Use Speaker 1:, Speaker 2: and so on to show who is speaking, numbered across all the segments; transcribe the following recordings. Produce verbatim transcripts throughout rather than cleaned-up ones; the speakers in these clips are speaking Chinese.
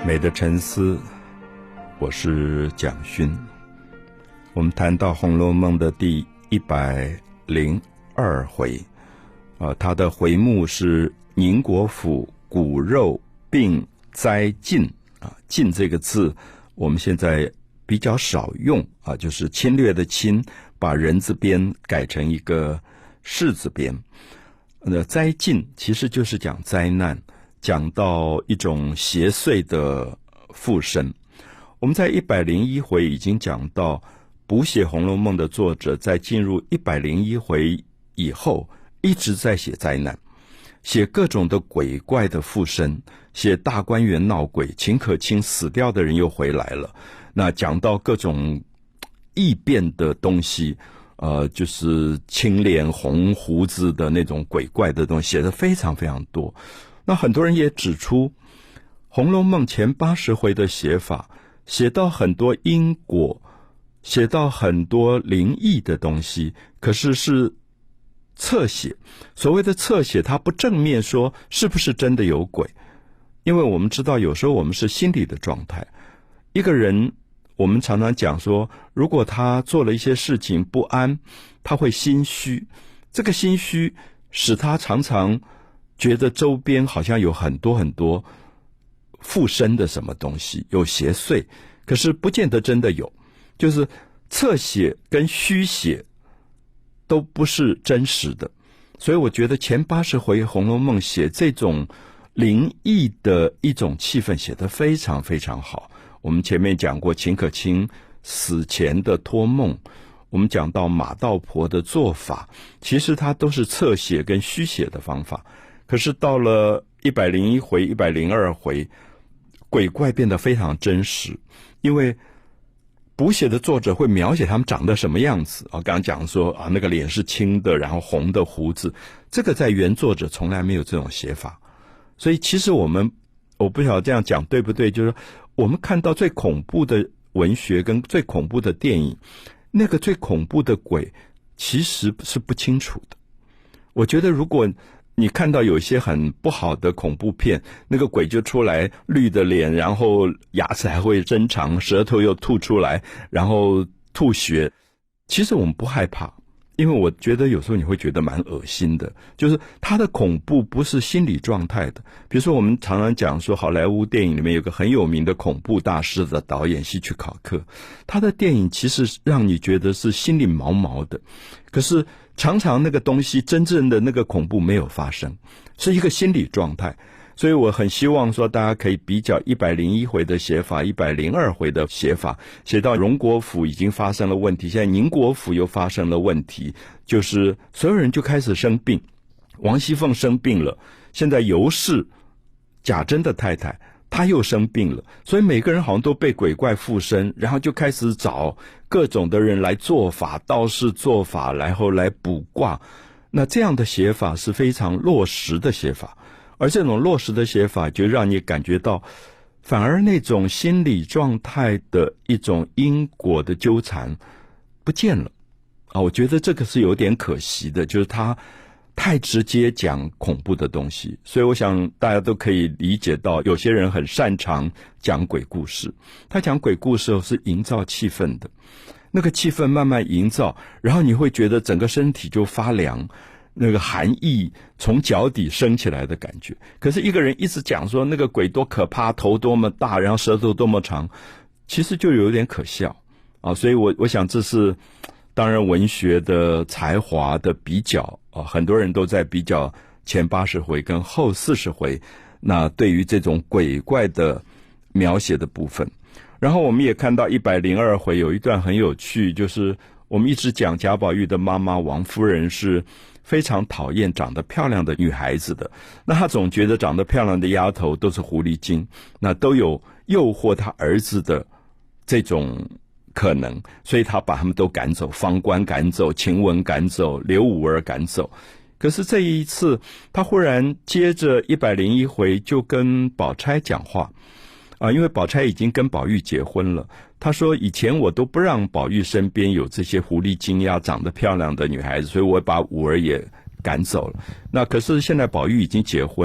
Speaker 1: 美的沉思，我是蒋勋。我们谈到《红楼梦》的第一百零二回，啊，它的回目是宁国府骨肉并灾尽啊，尽这个字我们现在比较少用啊，就是侵略的侵，把人字边改成一个士字边。那灾尽其实就是讲灾难，讲到一种邪祟的附身。我们在一百零一回已经讲到，补写《红楼梦》的作者在进入一百零一回以后，一直在写灾难，写各种的鬼怪的附身，写大观园闹鬼，秦可卿死掉的人又回来了。那讲到各种异变的东西，呃，就是青脸红胡子的那种鬼怪的东西，写得非常非常多。那很多人也指出，《红楼梦》前八十回的写法，写到很多因果，写到很多灵异的东西，可是是侧写。所谓的侧写，它不正面说是不是真的有鬼，因为我们知道有时候我们是心理的状态。一个人，我们常常讲说，如果他做了一些事情不安，他会心虚，这个心虚使他常常觉得周边好像有很多很多附身的什么东西，有邪祟，可是不见得真的有，就是侧写跟虚写都不是真实的。所以我觉得前八十回《红楼梦》写这种灵异的一种气氛写得非常非常好。我们前面讲过秦可卿死前的托梦，我们讲到马道婆的做法，其实它都是侧写跟虚写的方法。可是到了一百零一回、一百零二回，鬼怪变得非常真实，因为补写的作者会描写他们长得什么样子啊。刚刚讲说啊，那个脸是青的，然后红的胡子，这个在原作者从来没有这种写法。所以其实我们，我不晓得这样讲对不对，就是我们看到最恐怖的文学跟最恐怖的电影，那个最恐怖的鬼其实是不清楚的。我觉得如果你看到有一些很不好的恐怖片，那个鬼就出来绿的脸，然后牙齿还会伸长，舌头又吐出来，然后吐血，其实我们不害怕，因为我觉得有时候你会觉得蛮恶心的，就是他的恐怖不是心理状态的。比如说我们常常讲说好莱坞电影里面有个很有名的恐怖大师的导演希区考克，他的电影其实让你觉得是心里毛毛的，可是常常那个东西真正的那个恐怖没有发生，是一个心理状态。所以我很希望说大家可以比较一百零一回的写法，一百零二回的写法，写到荣国府已经发生了问题，现在宁国府又发生了问题，就是所有人就开始生病。王熙凤生病了，现在尤氏贾珍的太太她又生病了，所以每个人好像都被鬼怪附身，然后就开始找各种的人来做法，道士做法，然后来卜卦。那这样的写法是非常落实的写法，而这种落实的写法就让你感觉到反而那种心理状态的一种因果的纠缠不见了啊！我觉得这个是有点可惜的，就是他太直接讲恐怖的东西。所以我想大家都可以理解到，有些人很擅长讲鬼故事，他讲鬼故事是营造气氛的，那个气氛慢慢营造，然后你会觉得整个身体就发凉，那个寒意从脚底升起来的感觉。可是一个人一直讲说那个鬼多可怕，头多么大，然后舌头多么长，其实就有点可笑啊。所以我我想这是当然文学的才华的比较啊，很多人都在比较前八十回跟后四十回，那对于这种鬼怪的描写的部分。然后我们也看到一百零二回有一段很有趣，就是我们一直讲贾宝玉的妈妈王夫人是非常讨厌长得漂亮的女孩子的，那她总觉得长得漂亮的丫头都是狐狸精，那都有诱惑她儿子的这种可能，所以她把他们都赶走，方官赶走，晴雯赶走，刘五儿赶走。可是这一次她忽然接着一百零一回就跟宝钗讲话啊，因为宝钗已经跟宝玉结婚了，她说以前我都不让宝玉身边有这些狐狸精呀长得漂亮的女孩子，所以我把五儿也赶走了。那可是现在宝玉已经结婚了，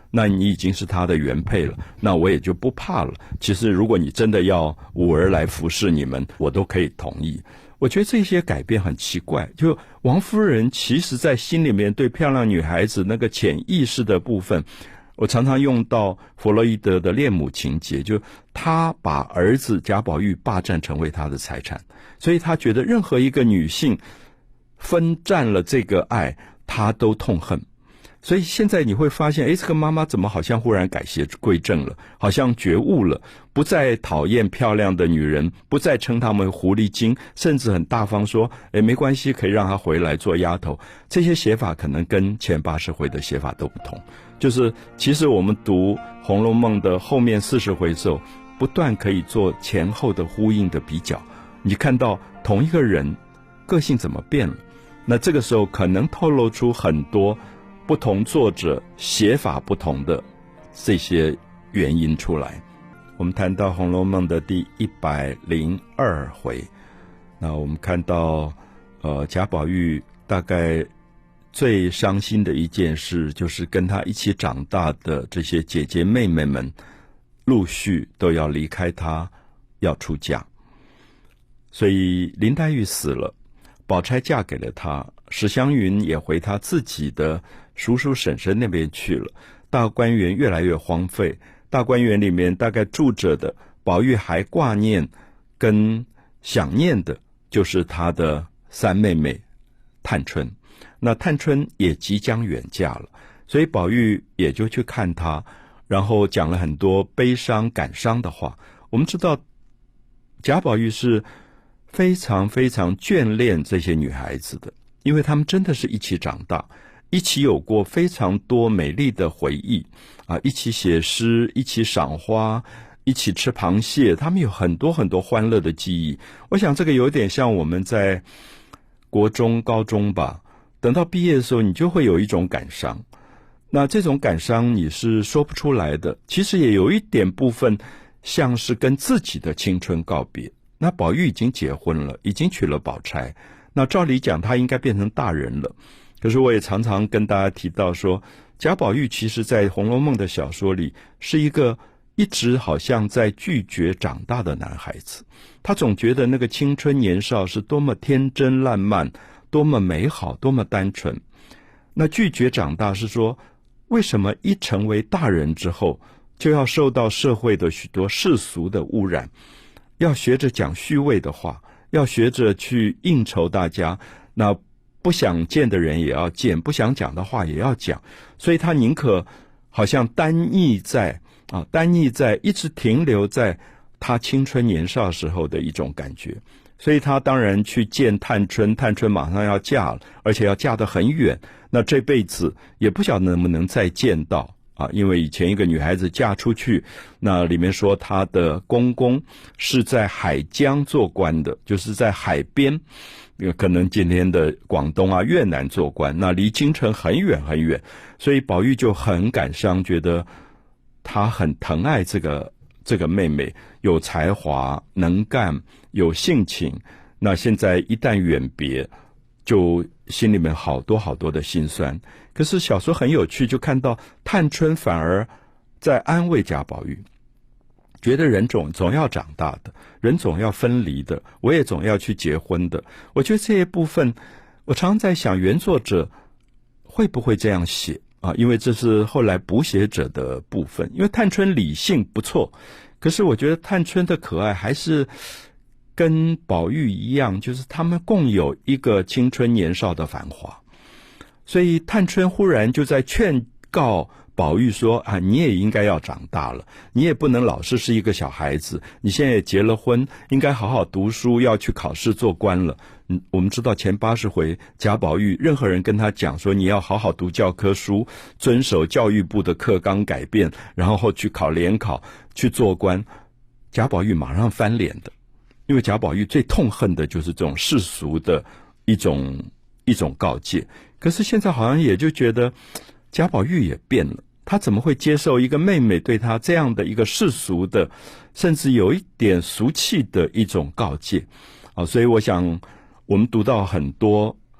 Speaker 1: 那你已经是他的原配了，那我也就不怕了。其实如果你真的要五儿来服侍你们，我都可以同意。我觉得这些改变很奇怪，就王夫人其实在心里面对漂亮女孩子那个潜意识的部分，我常常用到弗洛伊德的恋母情节，就他把儿子贾宝玉霸占成为他的财产，所以他觉得任何一个女性分占了这个爱，他都痛恨。所以现在你会发现，诶，这个妈妈怎么好像忽然改邪归正了，好像觉悟了，不再讨厌漂亮的女人，不再称她们狐狸精，甚至很大方说，诶，没关系，可以让她回来做丫头。这些写法可能跟前八十回的写法都不同，就是其实我们读《红楼梦》的后面四十回的时候，不断可以做前后的呼应的比较，你看到同一个人个性怎么变了，那这个时候可能透露出很多不同作者写法不同的这些原因出来。我们谈到《红楼梦》的第一百零二回，那我们看到呃，贾宝玉大概最伤心的一件事，就是跟他一起长大的这些姐姐妹妹们陆续都要离开他，要出嫁。所以林黛玉死了，宝钗嫁给了他，史湘云也回他自己的叔叔婶婶那边去了，大观园越来越荒废，大观园里面大概住着的，宝玉还挂念跟想念的就是他的三妹妹探春，那探春也即将远嫁了，所以宝玉也就去看她，然后讲了很多悲伤感伤的话。我们知道贾宝玉是非常非常眷恋这些女孩子的，因为她们真的是一起长大，一起有过非常多美丽的回忆啊，一起写诗，一起赏花，一起吃螃蟹，他们有很多很多欢乐的记忆。我想这个有点像我们在国中高中吧，等到毕业的时候你就会有一种感伤，那这种感伤你是说不出来的，其实也有一点部分像是跟自己的青春告别。那宝玉已经结婚了，已经娶了宝钗，那照理讲他应该变成大人了，可是我也常常跟大家提到说，贾宝玉其实在《红楼梦》的小说里是一个一直好像在拒绝长大的男孩子，他总觉得那个青春年少是多么天真烂漫，多么美好，多么单纯。那拒绝长大是说，为什么一成为大人之后就要受到社会的许多世俗的污染，要学着讲虚伪的话，要学着去应酬大家，那不想见的人也要见，不想讲的话也要讲，所以他宁可好像单溺在啊，单溺在一直停留在他青春年少时候的一种感觉。所以他当然去见探春，探春马上要嫁了，而且要嫁得很远，那这辈子也不晓得能不能再见到啊，因为以前一个女孩子嫁出去，那里面说她的公公是在海疆做官的，就是在海边，可能今天的广东啊、越南做官，那离京城很远很远，所以宝玉就很感伤，觉得他很疼爱这个这个妹妹，有才华、能干、有性情，那现在一旦远别，就心里面好多好多的心酸。可是小说很有趣，就看到探春反而在安慰贾宝玉，觉得人总总要长大的，人总要分离的，我也总要去结婚的。我觉得这一部分，我常常在想，原作者会不会这样写啊？因为这是后来补写者的部分。因为探春理性不错，可是我觉得探春的可爱还是跟宝玉一样，就是他们共有一个青春年少的繁华。所以探春忽然就在劝告宝玉说啊，你也应该要长大了，你也不能老是是一个小孩子，你现在也结了婚，应该好好读书，要去考试做官了。嗯，我们知道前八十回贾宝玉任何人跟他讲说你要好好读教科书，遵守教育部的课纲改变，然后去考联考，去做官，贾宝玉马上翻脸的。因为贾宝玉最痛恨的就是这种世俗的一种一种告诫。可是现在好像也就觉得贾宝玉也变了，他怎么会接受一个妹妹对他这样的一个世俗的，甚至有一点俗气的一种告诫啊？所以我想我们读到很多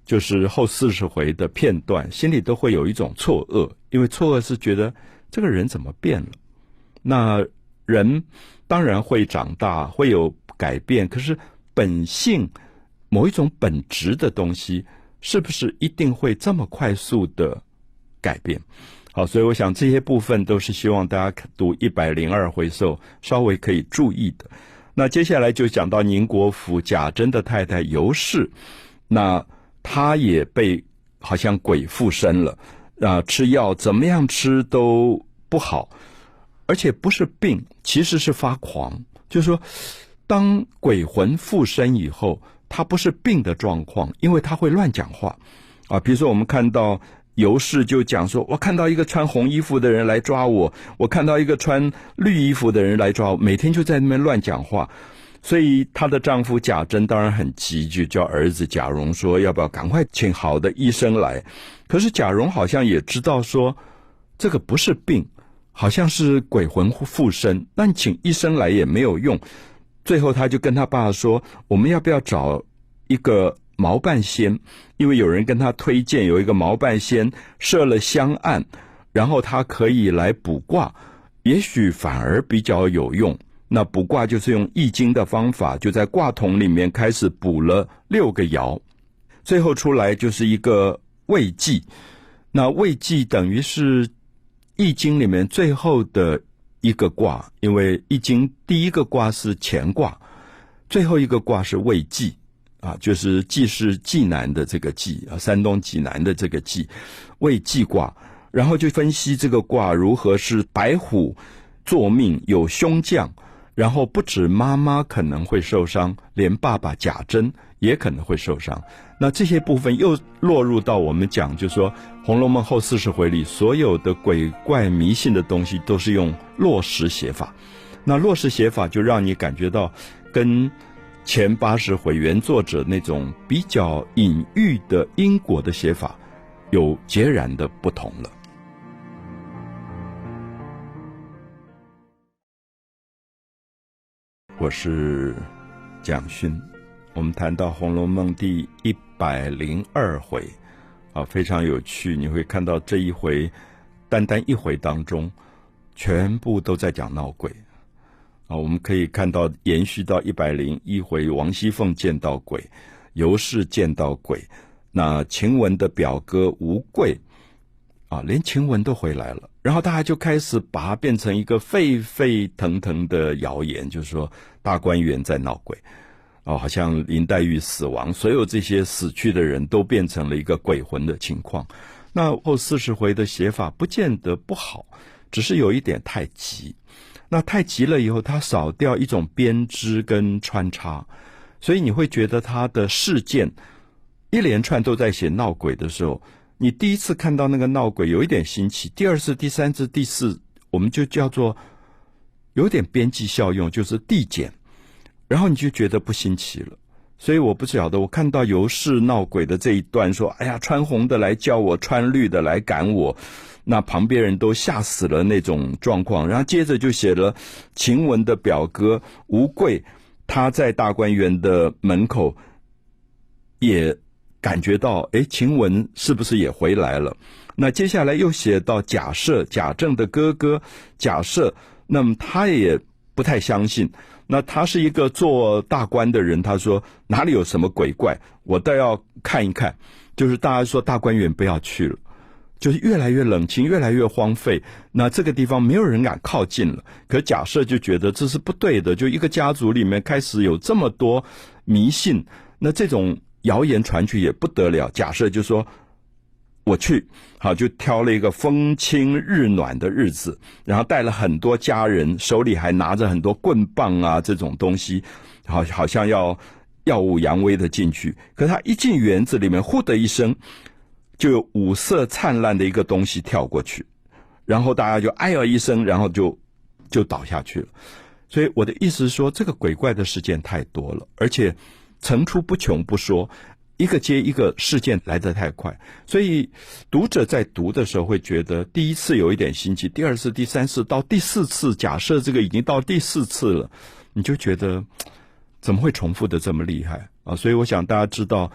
Speaker 1: 就是后四十回的片段，心里都会有一种错愕，因为错愕是觉得这个人怎么变了？那人当然会长大，会有改变，可是本性某一种本质的东西，是不是一定会这么快速的改变？好，所以我想这些部分都是希望大家读一百零二回时候稍微可以注意的。那接下来就讲到宁国府贾珍的太太尤氏，那她也被好像鬼附身了啊，吃药怎么样吃都不好，而且不是病，其实是发狂。就是说当鬼魂附身以后，它不是病的状况，因为它会乱讲话啊。比如说我们看到尤氏就讲说，我看到一个穿红衣服的人来抓我，我看到一个穿绿衣服的人来抓我，每天就在那边乱讲话。所以她的丈夫贾珍当然很急，就叫儿子贾蓉说要不要赶快请好的医生来。可是贾蓉好像也知道说这个不是病，好像是鬼魂附身，那你请医生来也没有用。最后他就跟他爸说，我们要不要找一个毛半仙，因为有人跟他推荐有一个毛半仙设了香案，然后他可以来卜卦，也许反而比较有用。那卜卦就是用易经的方法，就在卦筒里面开始卜了六个爻，最后出来就是一个未济。那未济等于是易经里面最后的一个卦，因为易经第一个卦是乾卦，最后一个卦是未济啊，就是济是济南的这个济啊，山东济南的这个济，未济卦。然后就分析这个卦如何是白虎坐命，有凶将，然后不止妈妈可能会受伤，连爸爸贾珍也可能会受伤。那这些部分又落入到我们讲，就是说《红楼梦》后四十回里所有的鬼怪迷信的东西都是用落实写法。那落实写法就让你感觉到跟前八十回原作者那种比较隐喻的因果的写法有截然的不同了。我是蒋勋，我们谈到《红楼梦》第一百零二回啊，非常有趣。你会看到这一回，单单一回当中，全部都在讲闹鬼啊。我们可以看到延续到一百零一回，王熙凤见到鬼，尤氏见到鬼，那晴雯的表哥吴贵啊，连晴雯都回来了。然后大家就开始把它变成一个沸沸腾腾的谣言，就是说大观园在闹鬼哦，好像林黛玉死亡，所有这些死去的人都变成了一个鬼魂的情况。那后四十回的写法不见得不好，只是有一点太急。那太急了以后，它少掉一种编织跟穿插，所以你会觉得它的事件一连串都在写闹鬼的时候，你第一次看到那个闹鬼有一点新奇，第二次、第三次、第四，我们就叫做有点边际效用，就是递减，然后你就觉得不新奇了。所以我不晓得，我看到尤氏闹鬼的这一段说，哎呀，穿红的来叫我，穿绿的来赶我，那旁边人都吓死了那种状况。然后接着就写了晴雯的表哥吴贵，他在大观园的门口也感觉到，诶，晴雯是不是也回来了？那接下来又写到贾赦，贾政的哥哥贾赦，那么他也不太相信。那他是一个做大官的人，他说哪里有什么鬼怪，我倒要看一看。就是大家说大观园不要去了，就是越来越冷清，越来越荒废，那这个地方没有人敢靠近了。可贾赦就觉得这是不对的，就一个家族里面开始有这么多迷信，那这种谣言传去也不得了。贾赦就说我去，好，就挑了一个风清日暖的日子，然后带了很多家人，手里还拿着很多棍棒啊这种东西，好好像要耀武扬威的进去。可他一进园子里面，呼的一声，就有五色灿烂的一个东西跳过去，然后大家就哎呀一声，然后就就倒下去了。所以我的意思是说，这个鬼怪的事件太多了，而且层出不穷不说，一个接一个事件来得太快，所以读者在读的时候会觉得第一次有一点新奇，第二次、第三次到第四次，假设这个已经到第四次了，你就觉得怎么会重复的这么厉害啊？所以我想大家知道，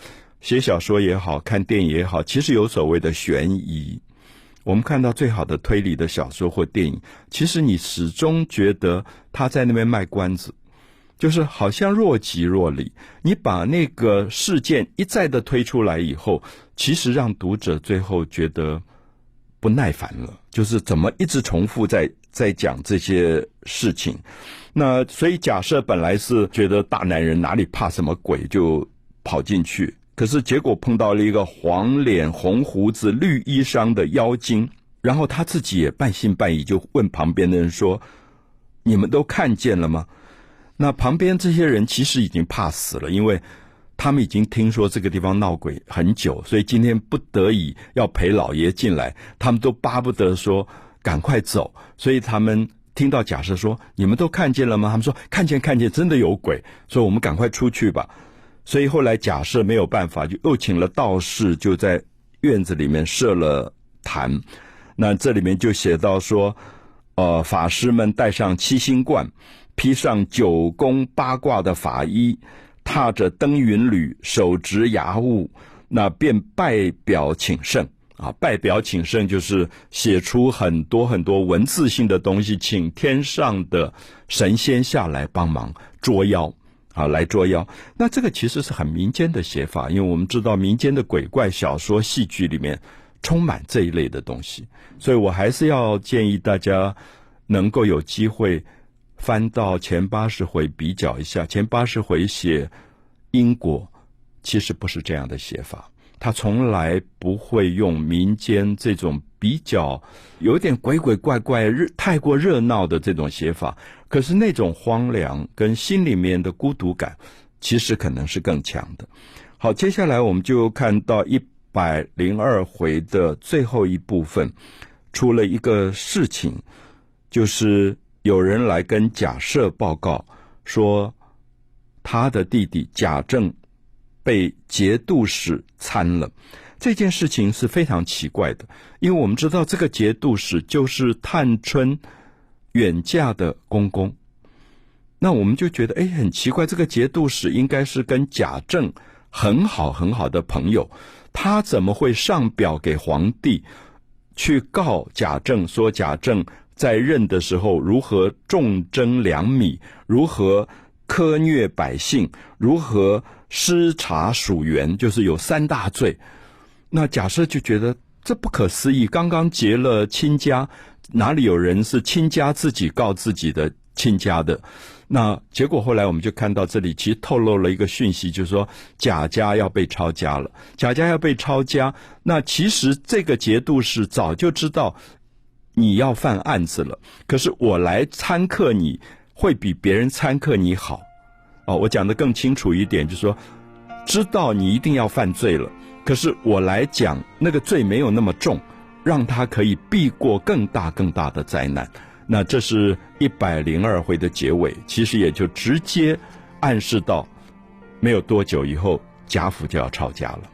Speaker 1: 写小说也好，看电影也好，其实有所谓的悬疑。我们看到最好的推理的小说或电影，其实你始终觉得他在那边卖关子，就是好像若即若离。你把那个事件一再的推出来以后，其实让读者最后觉得不耐烦了，就是怎么一直重复在在讲这些事情。那所以假设本来是觉得大男人哪里怕什么鬼，就跑进去，可是结果碰到了一个黄脸红胡子绿衣裳的妖精，然后他自己也半信半疑，就问旁边的人说，你们都看见了吗？那旁边这些人其实已经怕死了，因为他们已经听说这个地方闹鬼很久，所以今天不得已要陪老爷进来，他们都巴不得说赶快走。所以他们听到假设说，你们都看见了吗？他们说看见看见，真的有鬼，所以我们赶快出去吧。所以后来假设没有办法，就又请了道士，就在院子里面设了坛。那这里面就写到说，呃，法师们戴上七星冠，披上九宫八卦的法衣，踏着登云履，手执牙物，那便拜表请圣啊！拜表请圣就是写出很多很多文字性的东西，请天上的神仙下来帮忙捉妖啊，来捉妖。那这个其实是很民间的写法，因为我们知道民间的鬼怪小说、戏剧里面充满这一类的东西，所以我还是要建议大家能够有机会翻到前八十回比较一下。前八十回写因果其实不是这样的写法，他从来不会用民间这种比较有点鬼鬼怪怪热太过热闹的这种写法，可是那种荒凉跟心里面的孤独感其实可能是更强的。好，接下来我们就看到一百零二回的最后一部分，出了一个事情，就是有人来跟贾赦报告说，他的弟弟贾政被节度使参了。这件事情是非常奇怪的，因为我们知道这个节度使就是探春远嫁的公公。那我们就觉得哎，很奇怪，这个节度使应该是跟贾政很好很好的朋友，他怎么会上表给皇帝去告贾政，说贾政在任的时候如何重征粮米，如何苛虐百姓，如何失察属员，就是有三大罪。那贾赦就觉得这不可思议，刚刚结了亲家，哪里有人是亲家自己告自己的亲家的？那结果后来我们就看到这里其实透露了一个讯息，就是说贾家要被抄家了。贾家要被抄家，那其实这个节度使早就知道你要犯案子了，可是我来参克你会比别人参克你好。哦，我讲得更清楚一点，就是说知道你一定要犯罪了，可是我来讲那个罪没有那么重，让他可以避过更大更大的灾难。那这是一百零二回的结尾，其实也就直接暗示到没有多久以后贾府就要抄家了。